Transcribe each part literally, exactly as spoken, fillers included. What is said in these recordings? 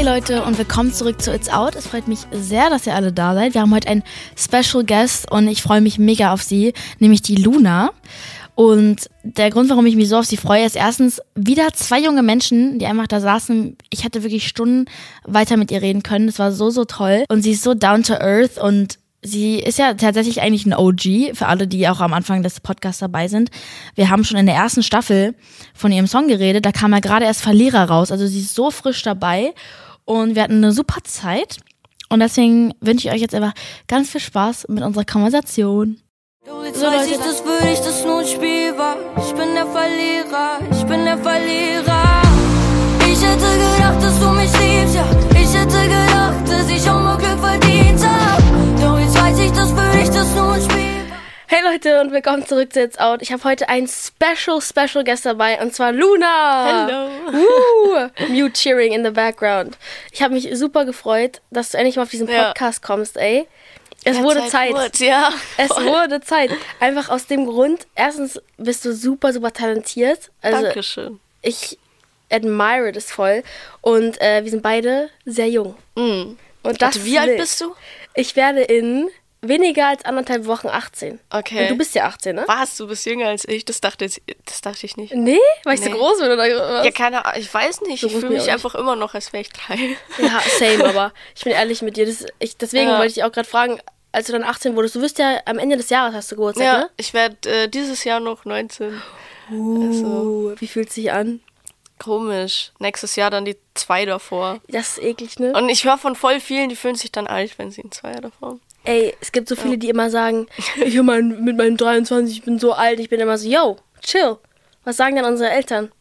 Leute und willkommen zurück zu It's Out. Es freut mich sehr, dass ihr alle da seid. Wir haben heute einen Special Guest und ich freue mich mega auf sie, nämlich die Luna. Und der Grund, warum ich mich so auf sie freue, ist erstens wieder zwei junge Menschen, die einfach da saßen. Ich hätte wirklich Stunden weiter mit ihr reden können. Es war so, so toll. Und sie ist so down to earth und sie ist ja tatsächlich eigentlich ein O G, für alle, die auch am Anfang des Podcasts dabei sind. Wir haben schon in der ersten Staffel von ihrem Song geredet, da kam ja gerade erst Verlierer raus. Also sie ist so frisch dabei und wir hatten eine super Zeit. Und deswegen wünsche ich euch jetzt einfach ganz viel Spaß mit unserer Konversation. Jetzt weiß ich, dass für dich das nur ein Spiel war. Ich bin der Verlierer, ich bin der Verlierer. Ich hätte gedacht, dass du mich liebst, ja. Ich hätte gedacht, dass ich auch mal Glück verdient hab. Doch jetzt weiß ich, dass für dich das nur ein Spiel war. Hey Leute und willkommen zurück zu It's Out. Ich habe heute einen Special, Special Guest dabei und zwar Luna. Hello. Woo. Mute cheering in the background. Ich habe mich super gefreut, dass du endlich mal auf diesen Podcast ja. kommst, ey. Es ja, wurde Zeit. Zeit. Ja, es wurde Zeit. Einfach aus dem Grund, erstens bist du super, super talentiert. Also Dankeschön. Ich admire das voll. Und äh, wir sind beide sehr jung. Mm. Und das also, wie alt bist du? Ich werde in weniger als anderthalb Wochen achtzehn. Okay. Und du bist ja achtzehn, ne? Was? Du bist jünger als ich? Das dachte ich, das dachte ich nicht. Nee? Weil ich nee. so groß bin oder was? Ja, keine Ahnung. Ich weiß nicht. So ich fühle mich einfach immer noch, als wäre ich drei. Ja, same. Aber ich bin ehrlich mit dir. Das, ich, deswegen ja. wollte ich dich auch gerade fragen, als du dann achtzehn wurdest, du wirst ja am Ende des Jahres hast du Geburtstag, ja, ne? Ja, ich werde äh, dieses Jahr noch neunzehn. Uh, also, wie fühlt es sich an? Komisch. Nächstes Jahr dann die zwei davor. Das ist eklig, ne? Und ich höre von voll vielen, die fühlen sich dann alt, wenn sie ein Zweier davor haben. Ey, es gibt so viele, ja. die immer sagen, ich hör mal mit meinem dreiundzwanzig, ich bin so alt. Ich bin immer so, yo, chill. Was sagen denn unsere Eltern?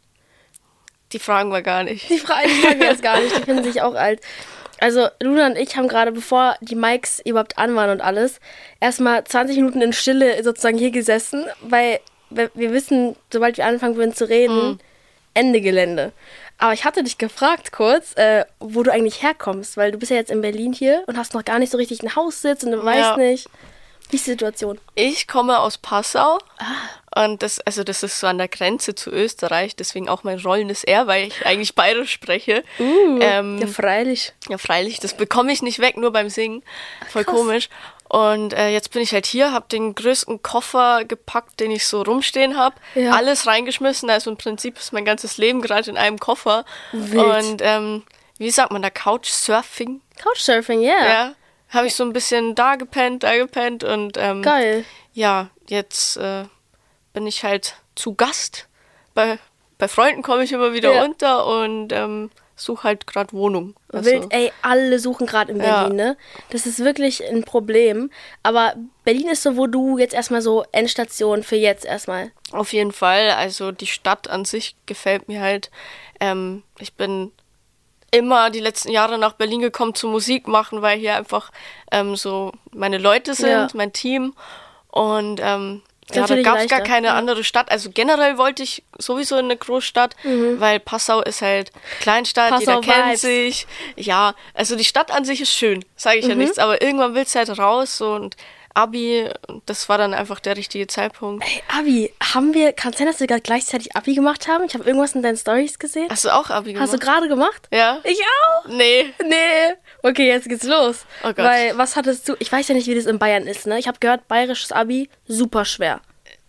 Die fragen wir gar nicht. Die fragen, die fragen wir jetzt gar nicht, die finden sich auch alt. Also Luna und ich haben gerade, bevor die Mics überhaupt an waren und alles, erstmal zwanzig Minuten in Stille sozusagen hier gesessen, weil wir wissen, sobald wir anfangen würden zu reden, mhm. Ende Gelände. Aber ich hatte dich gefragt kurz, äh, wo du eigentlich herkommst, weil du bist ja jetzt in Berlin hier und hast noch gar nicht so richtig einen Haussitz und du ja. weißt nicht. Wie ist die Situation? Ich komme aus Passau ah. und das, also das ist so an der Grenze zu Österreich, deswegen auch mein rollendes R, weil ich eigentlich bayerisch spreche. Uh, ähm, ja, freilich. Ja, freilich, das bekomme ich nicht weg, nur beim Singen. Voll Krass. Komisch. Und äh, jetzt bin ich halt hier, habe den größten Koffer gepackt, den ich so rumstehen habe. Ja. Alles reingeschmissen, also im Prinzip ist mein ganzes Leben gerade in einem Koffer. Wild. Und ähm, wie sagt man da, Couchsurfing? Couchsurfing, yeah. Ja. Habe ich so ein bisschen da gepennt, da gepennt und ähm, geil. Ja, jetzt äh, bin ich halt zu Gast. Bei, bei Freunden komme ich immer wieder ja. unter und ähm, suche halt gerade Wohnung. Also, Wild, ey, alle suchen gerade in Berlin, ja. ne? Das ist wirklich ein Problem. Aber Berlin ist so, wo du jetzt erstmal so Endstation für jetzt erstmal. Auf jeden Fall. Also die Stadt an sich gefällt mir halt. Ähm, ich bin immer die letzten Jahre nach Berlin gekommen zum Musik machen, weil hier einfach ähm, so meine Leute sind, ja. mein Team und ähm, ja, da gab es gar keine ja. andere Stadt. Also generell wollte ich sowieso in eine Großstadt, mhm. weil Passau ist halt Kleinstadt, Passau jeder kennt Vibes. sich. Ja, also die Stadt an sich ist schön, sage ich mhm. ja nichts, aber irgendwann willst du halt raus so, und Abi, das war dann einfach der richtige Zeitpunkt. Ey, Abi, haben wir, kann es sein, dass wir gerade gleichzeitig Abi gemacht haben? Ich habe irgendwas in deinen Storys gesehen. Hast du auch Abi gemacht? Hast du gerade gemacht? Ja. Ich auch? Nee. Nee. Okay, jetzt geht's los. Oh Gott. Weil, was hattest du, ich weiß ja nicht, wie das in Bayern ist, ne? Ich habe gehört, bayerisches Abi, super schwer.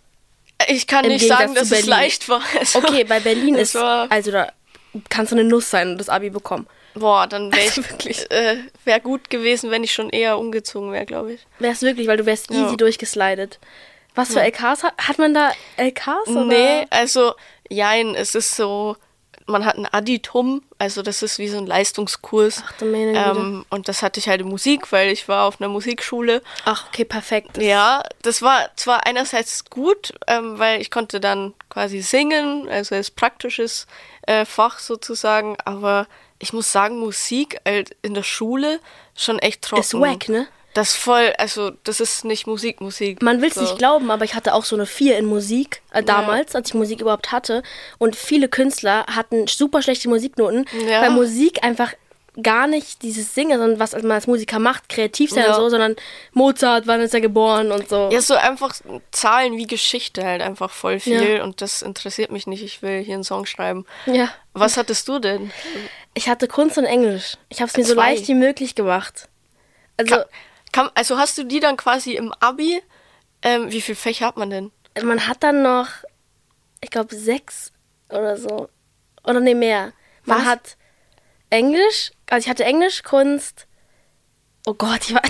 Ich kann Im nicht Gegensatz sagen, dass zu es leicht war. Es okay, bei Berlin war, ist, also da kannst du eine Nuss sein und das Abi bekommen. Boah, dann wäre also ich wirklich, äh, wäre gut gewesen, wenn ich schon eher umgezogen wäre, glaube ich. Wär's wirklich, weil du wärst easy ja. durchgeslidet. Was für ja. L Ks hat, hat man da L Ks oder? Nee, also, jein, es ist so, man hat ein Additum, also das ist wie so ein Leistungskurs. Ach du meine ähm, und das hatte ich halt in Musik, weil ich war auf einer Musikschule. Ach, okay, perfekt. Ja, das war zwar einerseits gut, ähm, weil ich konnte dann quasi singen, also als praktisches äh, Fach sozusagen, aber ich muss sagen, Musik halt in der Schule schon echt trocken. Ist wack, ne? Das voll, also das ist nicht Musik, Musik. Man will es so. nicht glauben, aber ich hatte auch so eine vier in Musik äh, damals, ja. als ich Musik überhaupt hatte. Und viele Künstler hatten super schlechte Musiknoten, ja. weil Musik einfach gar nicht dieses Singen, sondern was man als Musiker macht, kreativ sein ja. und so, sondern Mozart, wann ist er geboren und so. Ja, so einfach Zahlen wie Geschichte halt einfach voll viel ja. und das interessiert mich nicht, ich will hier einen Song schreiben. Ja. Was hattest du denn? Ich hatte Kunst und Englisch. Ich habe es mir so Zwei. leicht wie möglich gemacht. Also, Kann, kann, also hast du die dann quasi im Abi, ähm, wie viele Fächer hat man denn? man hat dann noch, ich glaube, sechs oder so. Oder nee, mehr. Man Was? hat Englisch, also ich hatte Englisch, Kunst. Oh Gott, ich war...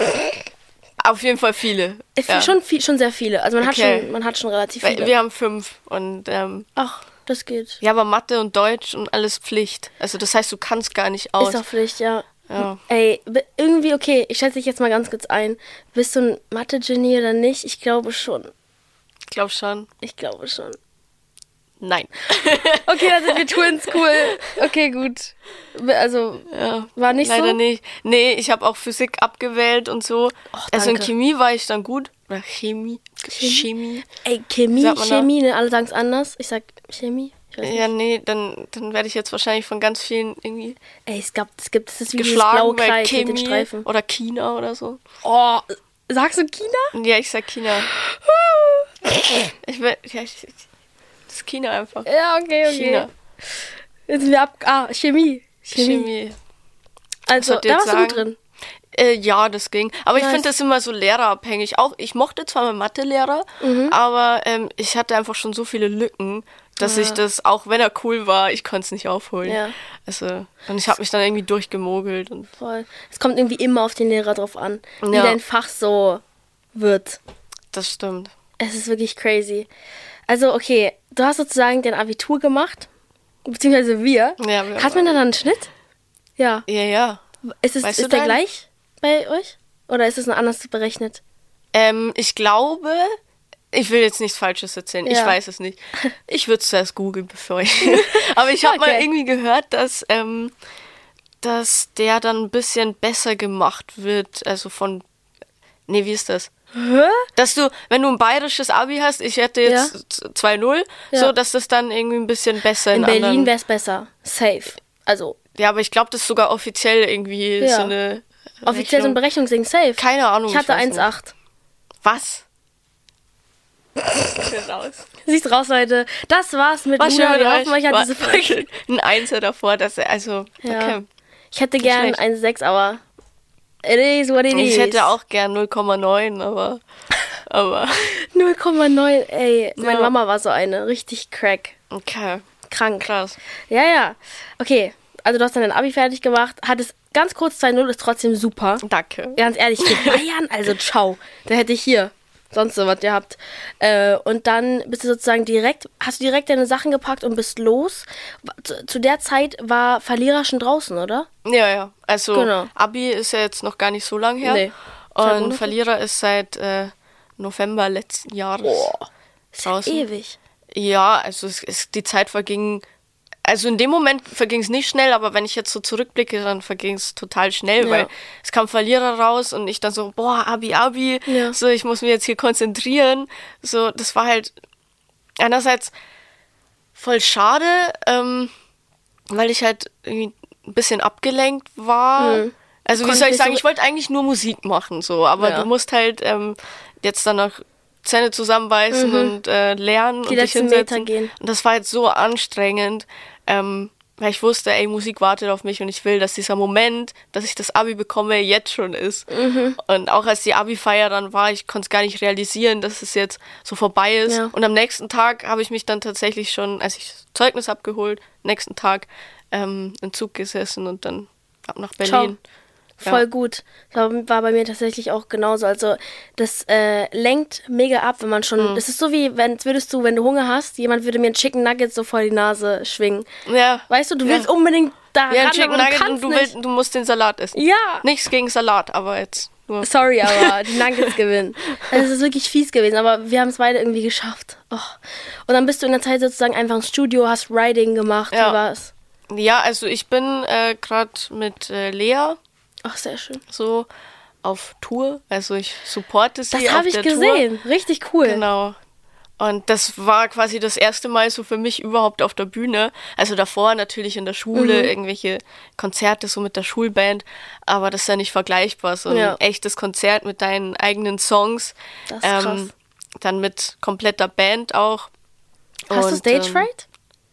Auf jeden Fall viele. Ich ja. schon, viel, schon sehr viele. Also man, Okay. hat schon, man hat schon relativ Weil viele. wir haben fünf und ähm, Ach, das geht. ja, aber Mathe und Deutsch und alles Pflicht. Also das heißt, du kannst gar nicht aus. Ist auch Pflicht, ja. Ja. Ey, b- irgendwie, okay, ich schätze dich jetzt mal ganz kurz ein. Bist du ein Mathe-Genie oder nicht? Ich glaube schon. Ich glaube schon. Ich glaube schon. Nein. Okay, dann sind wir Twins, cool. Okay, gut. Also, Ja, war nicht leider so? nicht. Nee, ich habe auch Physik abgewählt und so. Och, also in danke. Chemie war ich dann gut. Oder Chemie. Chemie. Ey, Chemie, Sagt man da? Chemie, ne? Alle sagen es anders. Ich sag Chemie. Ich weiß Ja, nicht. nee, dann, dann werde ich jetzt wahrscheinlich von ganz vielen irgendwie Ey, es gab, es gibt, das ist wie dieses blaue geschlagen bei Kleid mit den Chemie Streifen. oder China oder so. Oh, sagst du China? Ja, ich sag China. Ich will, ja, ich, das ist China einfach. Ja, okay, okay. China. Jetzt sind wir ab. Ah, Chemie. Chemie. Chemie. Also, Was da würd ihr warst du jetzt gut drin. Äh, ja, das ging. Aber ich Nice. finde das immer so lehrerabhängig. Auch ich mochte zwar meinen Mathelehrer, Mhm. aber ähm, ich hatte einfach schon so viele Lücken, dass ich das, auch wenn er cool war, ich konnte es nicht aufholen. Ja. Also, und ich habe mich dann irgendwie durchgemogelt. Und Voll. Es kommt irgendwie immer auf den Lehrer drauf an, wie Ja. dein Fach so wird. das stimmt. Es ist wirklich crazy. Also, okay, du hast sozusagen dein Abitur gemacht, beziehungsweise wir. Ja, wir Hat man dann einen Schnitt? Ja. Ja, ja. Ist, es, Weißt du ist der deinen? gleich bei euch? Oder ist es noch anders berechnet? Ähm, ich glaube, ich will jetzt nichts Falsches erzählen. Ich Ja. weiß es nicht. Ich würde es zuerst googeln, bevor ich. Aber ich habe mal Okay. irgendwie gehört, dass, ähm, dass der dann ein bisschen besser gemacht wird. Also von. Nee, wie ist das? Hä? Dass du, wenn du ein bayerisches Abi hast, ich hätte jetzt zwei null, Ja. so dass das dann irgendwie ein bisschen besser In in, Berlin anderen. wäre es besser. Safe. Also, Ja, aber ich glaube, das ist sogar offiziell irgendwie Ja. so eine. offiziell so ein Rechnung. Berechnungsding. Safe. Keine Ahnung. Ich hatte weiß eins Komma nicht. acht. Was? Siehst raus, Leute. Das war's mit War Luna. schön, Wir war hoffen, euch hat war- diese war Folge... schön. Ein Einser davor, dass er, also, Ja. okay. Ich hätte gern schlecht. eins Komma sechs, aber... It is what it is. Ich hätte auch gern null Komma neun, aber, aber, null Komma neun, ey. Meine Ja. Mama war so eine. Richtig crack. okay, Krank. krass. Ja, ja. Okay, also du hast dann dein Abi fertig gemacht. Hattest ganz kurz zwei null, ist trotzdem super. Danke. Ganz ehrlich, für Bayern, also ciao. Da hätte ich hier sonst so was gehabt. Äh, und dann bist du sozusagen direkt, hast du direkt deine Sachen gepackt und bist los. Zu, zu der Zeit war Verlierer schon draußen, oder? Ja, ja, also, Genau. Abi ist ja jetzt noch gar nicht so lang her. Nee. Zwei Und Monate? Verlierer ist seit äh, November letzten Jahres Ist ja draußen. ewig. Ja, also es, es, die Zeit verging, also in dem Moment verging es nicht schnell, aber wenn ich jetzt so zurückblicke, dann verging es total schnell, Ja. weil es kam Verlierer raus und ich dann so, boah, Abi, Abi, Ja. so, ich muss mich jetzt hier konzentrieren. So, das war halt einerseits voll schade, ähm, weil ich halt irgendwie ein bisschen abgelenkt war. Mhm. Also wie Konntest soll ich nicht sagen, so- ich wollte eigentlich nur Musik machen, so, aber Ja. du musst halt ähm, jetzt dann noch Zähne zusammenbeißen und äh, lernen Die und dich letzten hinsetzen. Meter gehen. Und das war jetzt so anstrengend, ähm, weil ich wusste, ey, Musik wartet auf mich und ich will, dass dieser Moment, dass ich das Abi bekomme, jetzt schon ist. Mhm. Und auch als die Abi-Feier dann war, ich konnte es gar nicht realisieren, dass es jetzt so vorbei ist. Ja. Und am nächsten Tag habe ich mich dann tatsächlich schon, als ich das Zeugnis abgeholt, nächsten Tag ähm, im Zug gesessen und dann ab nach Berlin. Voll Ja. gut. Das war bei mir tatsächlich auch genauso. Also das äh, lenkt mega ab, wenn man schon... Das ist so wie, wenn als würdest du, wenn du Hunger hast, jemand würde mir einen Chicken Nugget so vor die Nase schwingen. Ja. Weißt du, du Ja. willst unbedingt da Ja, ein ran, Chicken aber du Nugget kannst und du, nicht. willst, du musst den Salat essen. Ja. Nichts gegen Salat, aber jetzt nur. Sorry, aber die Nuggets gewinnen. Also es ist wirklich fies gewesen, aber wir haben es beide irgendwie geschafft. Oh. Und dann bist du in der Zeit sozusagen einfach ins Studio, hast Writing gemacht. Ja. Wie war's? Ja, also ich bin äh, gerade mit äh, Lea Ach, sehr schön. so auf Tour. Also ich supporte sie Das auf habe ich der gesehen. Richtig cool. Tour. Genau. Und das war quasi das erste Mal so für mich überhaupt auf der Bühne. Also davor natürlich in der Schule, Mhm. irgendwelche Konzerte so mit der Schulband. Aber das ist ja nicht vergleichbar. So ein Ja. echtes Konzert mit deinen eigenen Songs. Das ist krass. Dann mit kompletter Band auch. Hast du Und, Stage ähm, Fright?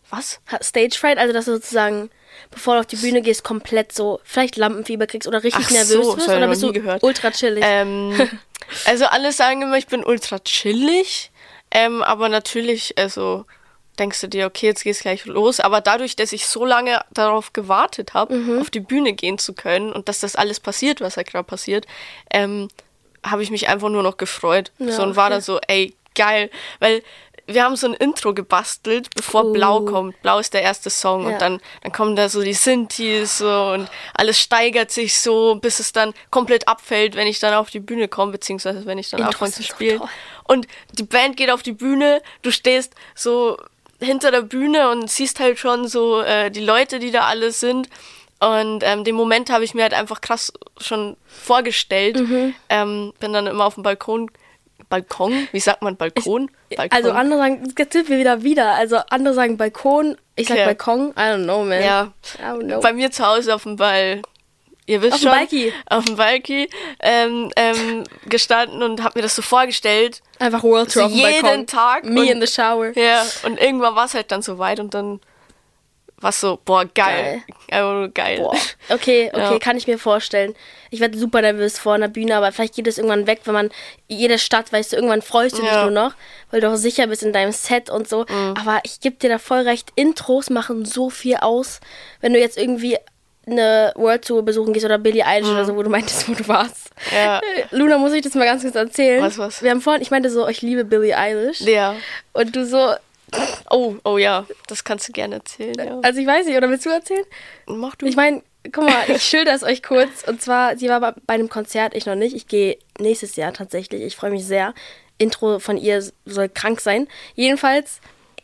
Was? Stage Fright, also dass du sozusagen, bevor du auf die Bühne gehst, komplett so vielleicht Lampenfieber kriegst oder richtig Ach nervös so, wirst das hab ich oder noch bist du nie gehört. ultra chillig? Ähm, also alle sagen immer, ich bin ultra chillig, ähm, aber natürlich, also denkst du dir, okay, jetzt geht's gleich los, aber dadurch, dass ich so lange darauf gewartet habe, Mhm. auf die Bühne gehen zu können und dass das alles passiert, was da gerade passiert, ähm, habe ich mich einfach nur noch gefreut. Ja, so und war okay. dann so, ey, geil, weil wir haben so ein Intro gebastelt, bevor Uh. Blau kommt. Blau ist der erste Song Ja. und dann, dann kommen da so die Synthes so und alles steigert sich so, bis es dann komplett abfällt, wenn ich dann auf die Bühne komme, beziehungsweise wenn ich dann Intros anfange zu sind so spielen. toll. Und die Band geht auf die Bühne, du stehst so hinter der Bühne und siehst halt schon so äh, die Leute, die da alle sind. Und ähm, den Moment habe ich mir halt einfach krass schon vorgestellt. Mhm. Ähm, bin dann immer auf dem Balkon, Balkon, wie sagt man Balkon? Balkon. Also andere sagen, jetzt sind wir wieder wieder. Also andere sagen Balkon, ich sag Okay. Balkon, I don't know, man. Ja, I don't know. bei mir zu Hause auf dem Ball, ihr wisst Auf dem schon, Balki. auf dem Balki ähm, ähm, gestanden und habe mir das so vorgestellt. Einfach World Tour So auf dem jeden Balkon. Tag Me und- in the shower. Ja, und irgendwann war es halt dann so weit und dann war es so, boah, geil. Einfach nur geil. Boah. Okay, okay, Ja. kann ich mir vorstellen. Ich werde super nervös vor einer Bühne, aber vielleicht geht es irgendwann weg, wenn man jede Stadt, weißt du, irgendwann freust du dich Ja. nur noch, weil du auch sicher bist in deinem Set und so. Mhm. Aber ich gebe dir da voll recht, Intros machen so viel aus. Wenn du jetzt irgendwie eine World Tour besuchen gehst oder Billie Eilish oder so, wo du meintest, wo du warst. Mhm. Ja. Äh, Luna, muss ich das mal ganz kurz erzählen? Was, was? Wir haben vorhin, ich meinte so, ich liebe Billie Eilish. Ja. Und du so, Oh, oh ja, das kannst du gerne erzählen. Ja. also ich weiß nicht, oder willst du erzählen? Mach du. Ich meine, guck mal, ich schilder es euch kurz. Und zwar, sie war bei bei einem Konzert, ich noch nicht. Ich gehe nächstes Jahr tatsächlich. Ich freue mich sehr. Intro von ihr soll krank sein. Jedenfalls,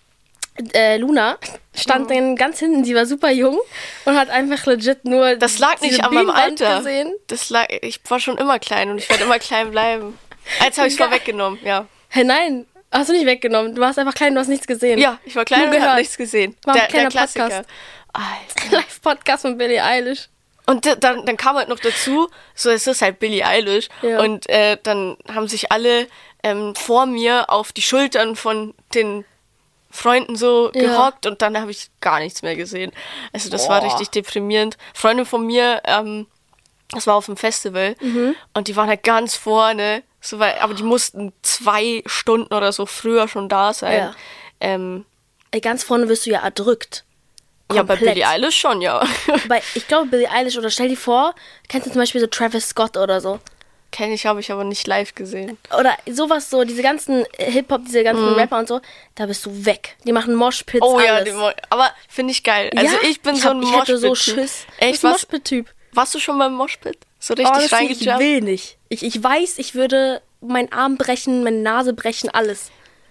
äh, Luna stand dann ganz hinten. Sie war super jung und hat einfach legit nur Das lag nicht diese an meinem Bühnenwand Alter. gesehen. Das lag, ich war schon immer klein und ich werde immer klein bleiben. Jetzt habe ich es Geil. vorweggenommen, ja. Hä, nein, hast du nicht weggenommen. Du warst einfach klein, du hast nichts gesehen. Ja, ich war klein Nur und habe gehört. nichts gesehen. War ein Der, der kleiner Klassiker. Podcast. Alter. Live-Podcast von Billie Eilish. Und d- dann, dann kam halt noch dazu, so es ist halt Billie Eilish. Ja. Und äh, dann haben sich alle ähm, vor mir auf die Schultern von den Freunden so Ja. gehockt und dann habe ich gar nichts mehr gesehen. Also das war Boah. richtig deprimierend. Freunde von mir, ähm, das war auf dem Festival Mhm. und die waren halt ganz vorne, so weil, aber die mussten zwei Stunden oder so früher schon da sein. Ja. Ähm, Ey, ganz vorne wirst du ja erdrückt. ja, bei Komplett. Billie Eilish schon, ja. Bei, ich glaube, Billie Eilish, oder stell dir vor, kennst du zum Beispiel so Travis Scott oder so? Kenne ich, habe ich aber nicht live gesehen. Oder sowas so, diese ganzen Hip-Hop, diese ganzen Rapper und so, da bist du weg. Die machen Moshpits, Oh ja, alles. die Mo- aber finde ich geil. Also Ja? ich bin ich so hab- ein Ich hätte so Moshpit-Typ. Schiss. Echt, du was? bist ein Moshpit-Typ. Warst du schon beim Moshpit? So Oh, richtig das ich reingejumpt? will nicht. Ich, ich weiß, ich würde meinen Arm brechen, meine Nase brechen, alles.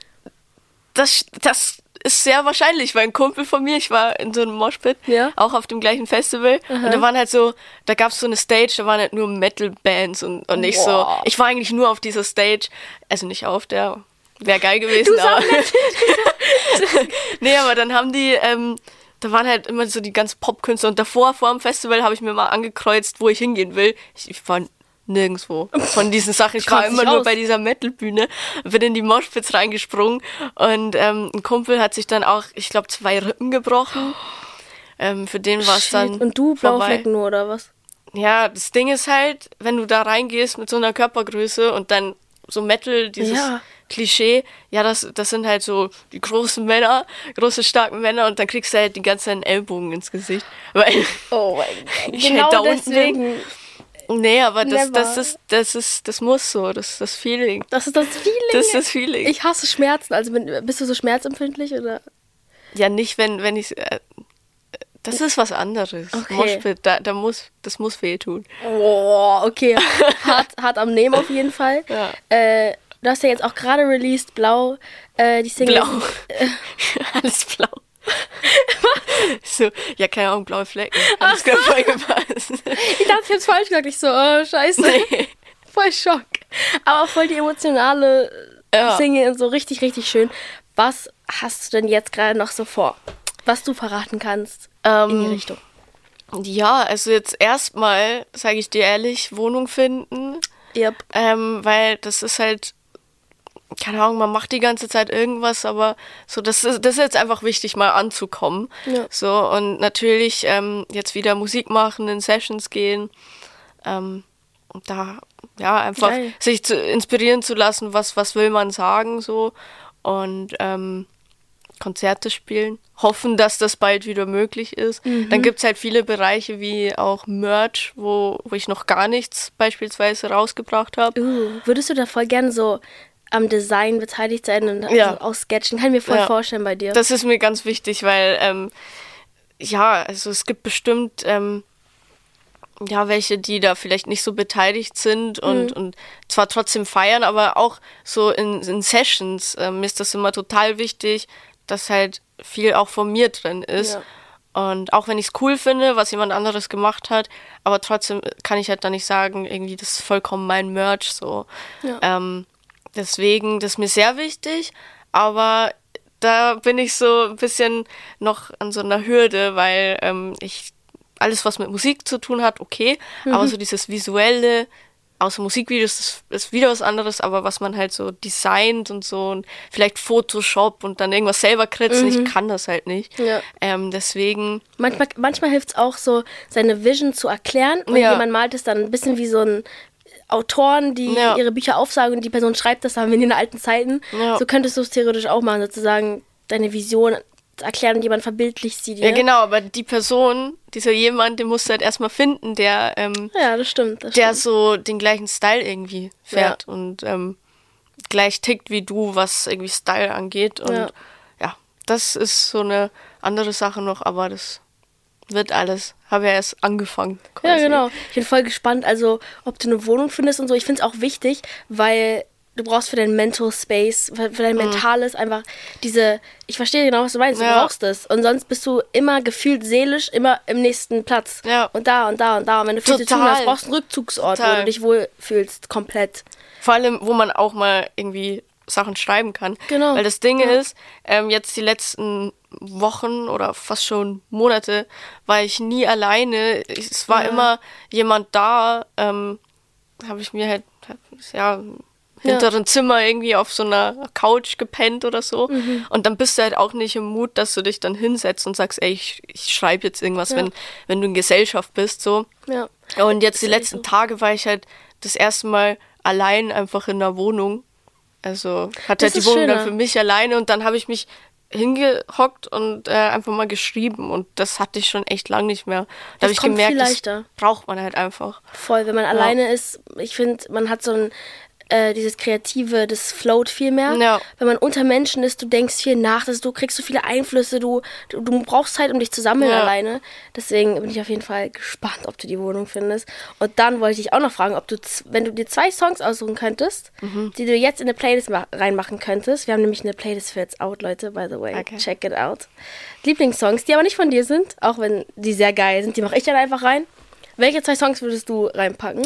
Das, das ist sehr wahrscheinlich, weil ein Kumpel von mir, ich war in so einem Moshpit, Ja. auch auf dem gleichen Festival. Und da waren halt so, da gab es so eine Stage, da waren halt nur Metal-Bands und, und nicht so. Boah. Ich war eigentlich nur auf dieser Stage, also nicht auf der, wäre geil gewesen, Du aber. Nee, aber dann haben die, ähm, da waren halt immer so die ganzen Popkünstler und davor, vor dem Festival, habe ich mir mal angekreuzt, wo ich hingehen will. Ich, ich war nirgendwo von diesen Sachen. Ich war Krass, immer nicht nur aus. bei dieser Metal-Bühne, bin in die Moshpits reingesprungen und ähm, ein Kumpel hat sich dann auch, ich glaube, zwei Rippen gebrochen. Ähm, für den war es Shit. dann Und du, blaue vorbei. Flecken nur, oder was? Ja, das Ding ist halt, wenn du da reingehst mit so einer Körpergröße und dann so Metal, dieses Ja. Klischee, ja, das, das sind halt so die großen Männer, große, starken Männer und dann kriegst du halt die ganze Zeit einen Ellbogen ins Gesicht. Weil, Oh mein Gott. Ich Genau halt da unten deswegen. nee, aber das, Never. das ist, das ist, das muss so, das ist das Feeling. Das ist das Feeling. Das ist das Feeling. Ich hasse Schmerzen. Also bin, bist du so schmerzempfindlich oder? Ja, nicht, wenn, wenn ich, äh, das ist was anderes. Okay. Moshpit, da, da muss, das muss wehtun. Oh, okay. hart, hart am Nehmen auf jeden Fall. Ja. Äh, du hast ja jetzt auch gerade released, Blau, äh, die Single. Blau. Alles blau. So, ja, keine Ahnung, blaue Flecken. Alles gerade voll gepasst. Ich dachte, ich hab's falsch gesagt. Ich so, oh, scheiße. Nee. Voll Schock. Aber voll die emotionale Ja. Single und so richtig, richtig schön. Was hast du denn jetzt gerade noch so vor? Was du verraten kannst in die Ähm, Richtung. Ja, also jetzt erstmal, sage ich dir ehrlich, Wohnung finden. Yep. Ähm, weil das ist halt keine Ahnung, man macht die ganze Zeit irgendwas, aber so, das ist, das ist jetzt einfach wichtig, mal anzukommen. Ja. So, und natürlich ähm, jetzt wieder Musik machen, in Sessions gehen, ähm, und da, ja, einfach Geil. sich zu, inspirieren zu lassen, was, was will man sagen, so, und ähm, Konzerte spielen, hoffen, dass das bald wieder möglich ist. Mhm. Dann gibt es halt viele Bereiche wie auch Merch, wo, wo ich noch gar nichts beispielsweise rausgebracht habe. Uh, würdest du da voll gerne so am Design beteiligt sein und Ja. also auch sketchen? Kann ich mir voll Ja. vorstellen bei dir. Das ist mir ganz wichtig, weil ähm, ja, also es gibt bestimmt ähm, ja welche, die da vielleicht nicht so beteiligt sind und, Mhm. und zwar trotzdem feiern, aber auch so in, in Sessions ähm, ist das immer total wichtig, dass halt viel auch von mir drin ist. Ja. Und auch wenn ich es cool finde, was jemand anderes gemacht hat, aber trotzdem kann ich halt da nicht sagen, irgendwie, das ist vollkommen mein Merch so. Ja. Ähm, deswegen, das ist mir sehr wichtig, aber da bin ich so ein bisschen noch an so einer Hürde, weil ähm, ich alles, was mit Musik zu tun hat, okay, Mhm. aber so dieses Visuelle, außer Musikvideos, das ist wieder was anderes, aber was man halt so designt und so und vielleicht Photoshop und dann irgendwas selber kritzen, ich kann das halt nicht. Ja. Ähm, deswegen, Manchmal, manchmal hilft es auch so, seine Vision zu erklären und Ja. jemand malt es dann ein bisschen wie so ein Autoren, die Ja. ihre Bücher aufsagen und die Person schreibt das, haben wir in den alten Zeiten. Ja. So könntest du es theoretisch auch machen, sozusagen deine Vision erklären und jemand verbildlicht sie dir. ja genau, aber die Person, dieser jemand, den musst du halt erstmal finden, der ähm, Ja, das stimmt. Das der stimmt. so den gleichen Style irgendwie fährt und ähm, gleich tickt wie du, was irgendwie Style angeht. Und Ja. ja. das ist so eine andere Sache noch, aber das wird alles. Habe ja erst angefangen. Ja, quasi. genau. Ich bin voll gespannt, also ob du eine Wohnung findest und so. Ich finde es auch wichtig, weil du brauchst für dein Mental Space, für für dein Mentales einfach diese, ich verstehe genau, was du meinst, du Ja. brauchst es. Und sonst bist du immer gefühlt seelisch, immer im nächsten Platz. Ja. Und da und da und da. Und wenn du viel zu tun Total. hast, brauchst du einen Rückzugsort, wo Total. du dich wohlfühlst, komplett. Vor allem, wo man auch mal irgendwie Sachen schreiben kann. Genau. Weil das Ding Ja. ist, ähm, jetzt die letzten Wochen oder fast schon Monate war ich nie alleine. Es war Ja. immer jemand da. Ähm, habe ich mir halt, ja, im hinteren Zimmer irgendwie auf so einer Couch gepennt oder so. Mhm. Und dann bist du halt auch nicht im Mut, dass du dich dann hinsetzt und sagst, ey, ich, ich schreibe jetzt irgendwas, Ja. wenn, wenn du in Gesellschaft bist, so. Ja. Und jetzt die Ist echt letzten so. Tage war ich halt das erste Mal allein einfach in der Wohnung. Also hatte Das halt die ist Wohnung schöner. dann für mich alleine und dann habe ich mich hingehockt und äh, einfach mal geschrieben und das hatte ich schon echt lang nicht mehr. Da Das habe ich kommt gemerkt, viel das leichter. braucht man halt einfach. Voll, wenn man alleine ist, ich finde, man hat so ein, äh, dieses Kreative, das float viel mehr. Ja. Wenn man unter Menschen ist, du denkst viel nach, das, du kriegst so viele Einflüsse, du, du, du brauchst Zeit, um dich zu sammeln Ja. alleine. Deswegen bin ich auf jeden Fall gespannt, ob du die Wohnung findest. Und dann wollte ich dich auch noch fragen, ob du, z- wenn du dir zwei Songs aussuchen könntest, Mhm. die du jetzt in eine Playlist ma- reinmachen könntest. Wir haben nämlich eine Playlist für It's Out, Leute, by the way. Okay. Check it out. Lieblingssongs, die aber nicht von dir sind, auch wenn die sehr geil sind, die mache ich dann einfach rein. Welche zwei Songs würdest du reinpacken?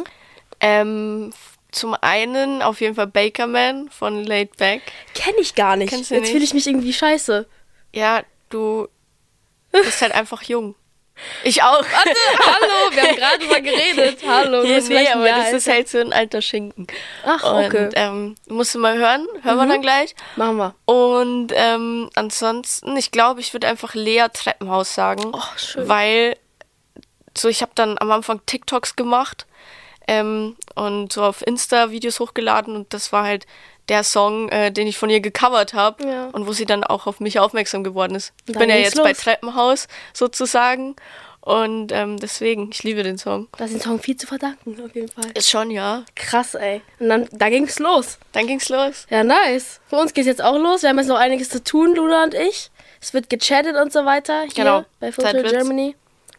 Ähm, zum einen auf jeden Fall Bakerman von Laid Back. Kenn ich gar nicht. Kennst du Jetzt nicht? fühle ich mich irgendwie scheiße. Ja, du bist halt einfach jung. Ich auch. Hallo, wir haben gerade drüber geredet. Hallo, du Ja, bist nee, vielleicht ein aber Jahr das ist älter. halt so ein alter Schinken. Ach, okay. Und ähm, musst du mal hören. Hören wir dann gleich. Machen wir. Und ähm, ansonsten, ich glaube, ich würde einfach Lea Treppenhaus sagen. Oh, schön. Weil so, ich habe dann am Anfang TikToks gemacht ähm, und so auf Insta Videos hochgeladen und das war halt der Song, äh, den ich von ihr gecovert habe Ja. und wo sie dann auch auf mich aufmerksam geworden ist. Ich Dann bin ja ging's jetzt bei los. Treppenhaus sozusagen und ähm, deswegen, ich liebe den Song. Da ist den Song viel zu verdanken, auf jeden Fall. Ist schon, ja. Krass, ey. Und dann, da ging's los. Dann ging's los. Ja, nice. Für uns geht's jetzt auch los. Wir haben jetzt noch einiges zu tun, Luna und ich. Es wird gechattet und so weiter hier Genau. bei Zeit Filter wird's. Germany.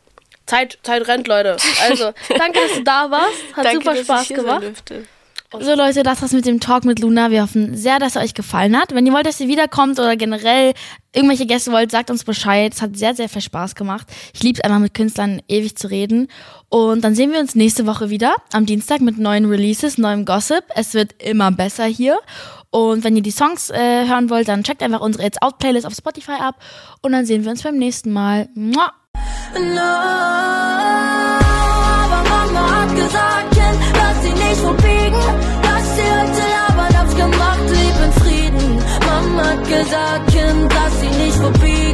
Zeit, Zeit rennt, Leute. Also, danke, dass du da warst. Hat Danke, super dass Spaß ich hier sein gemacht. durfte. So Leute, das war's mit dem Talk mit Luna. Wir hoffen sehr, dass er euch gefallen hat. Wenn ihr wollt, dass sie wiederkommt oder generell irgendwelche Gäste wollt, sagt uns Bescheid. Es hat sehr, sehr viel Spaß gemacht. Ich liebe es einfach mit Künstlern ewig zu reden. Und dann sehen wir uns nächste Woche wieder am Dienstag mit neuen Releases, neuem Gossip. Es wird immer besser hier. Und wenn ihr die Songs äh, hören wollt, dann checkt einfach unsere It's Out Playlist auf Spotify ab. Und dann sehen wir uns beim nächsten Mal. Mua. No, aber Mama hat gesagt, Kind, lass sie nicht verbiegen. Lass sie heute labern, hab's gemacht, lieb in Frieden. Mama hat gesagt, Kind, lass sie nicht verbiegen.